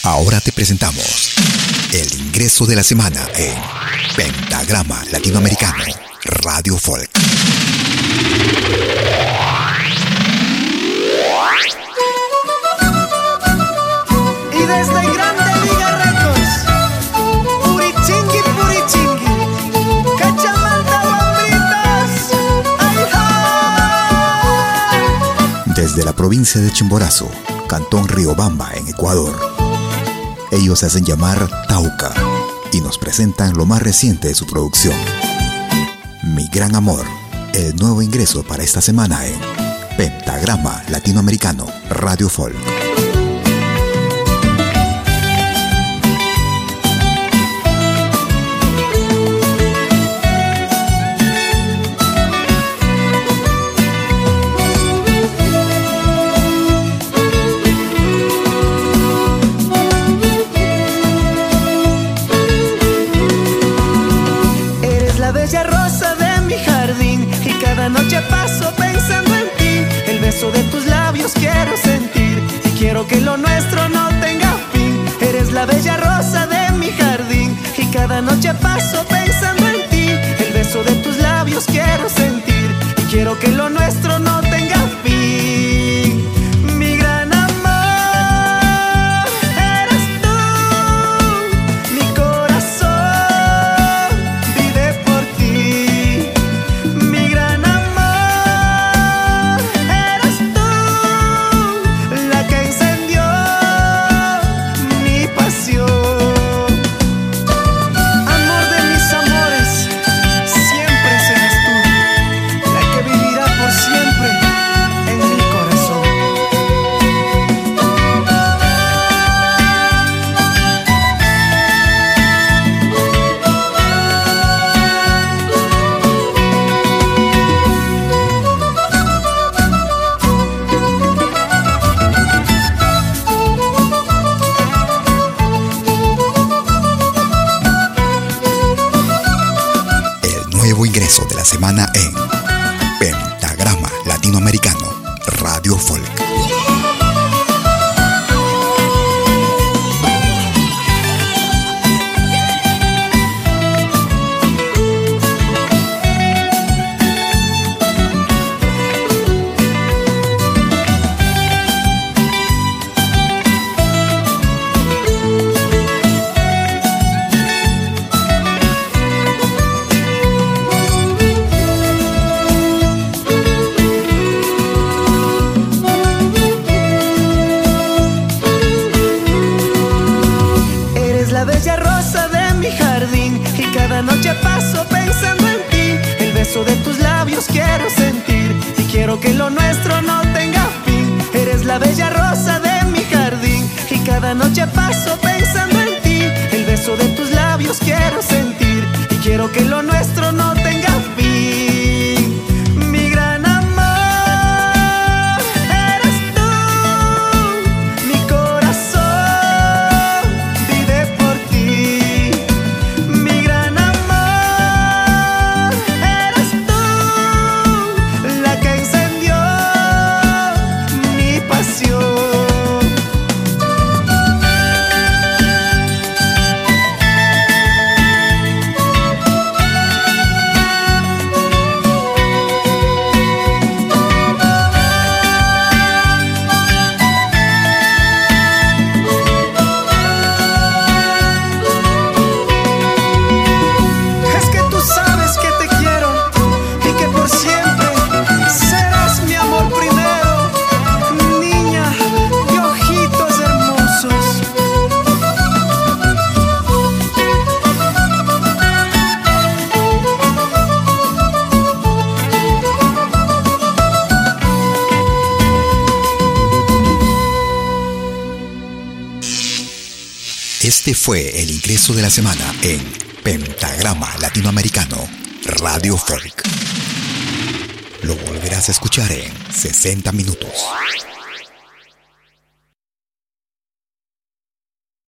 Ahora te presentamos el ingreso de la semana en Pentagrama Latinoamericano, Radio Folk. Y desde Grande Liga Records, Purichingui, Cachamalta, Guambritas, ¡ay, Desde la provincia de Chimborazo, Cantón Riobamba, en Ecuador. Ellos se hacen llamar Tauca y nos presentan lo más reciente de su producción, Mi Gran Amor, el nuevo ingreso para esta semana en Pentagrama Latinoamericano, Radio Folk. bella rosa de mi jardín, y cada noche paso pensando en ti. El beso de tus labios quiero sentir, y quiero que lo nuestro no tenga fin. Eres la bella rosa de mi jardín, y cada noche paso pensando en ti. El beso de tus labios quiero sentir, y quiero que lo nuestro no tenga fin. Mi gran amor, eres tú, mi corazón vive por ti. Mi gran amor, eres tú, la que encendió mi pasión. Amor de mis amores, siempre serás tú, la que vivirá por siempre en mi corazón. El nuevo ingreso de la semana en Pentagrama Latinoamericano, Radio Folk. Eres la bella rosa de mi jardín, y cada noche paso pensando en ti. El beso de tus labios quiero sentir, y quiero que lo nuestro no tenga fin. Eres la bella rosa de mi jardín, y cada noche paso pensando en ti. El beso de tus labios quiero sentir, y quiero que lo nuestro no tenga fin. Mi gran amor, eres tú, mi corazón vive por ti. Mi gran amor, eres tú, la que encendió mi pasión. Es que tú sabes que te quiero y que por siempre serás mi amor primero, niña de ojitos hermosos. Este fue el ingreso de la semana en Pentagrama Latinoamericano, Radio Folk. Lo volverás a escuchar en 60 minutos.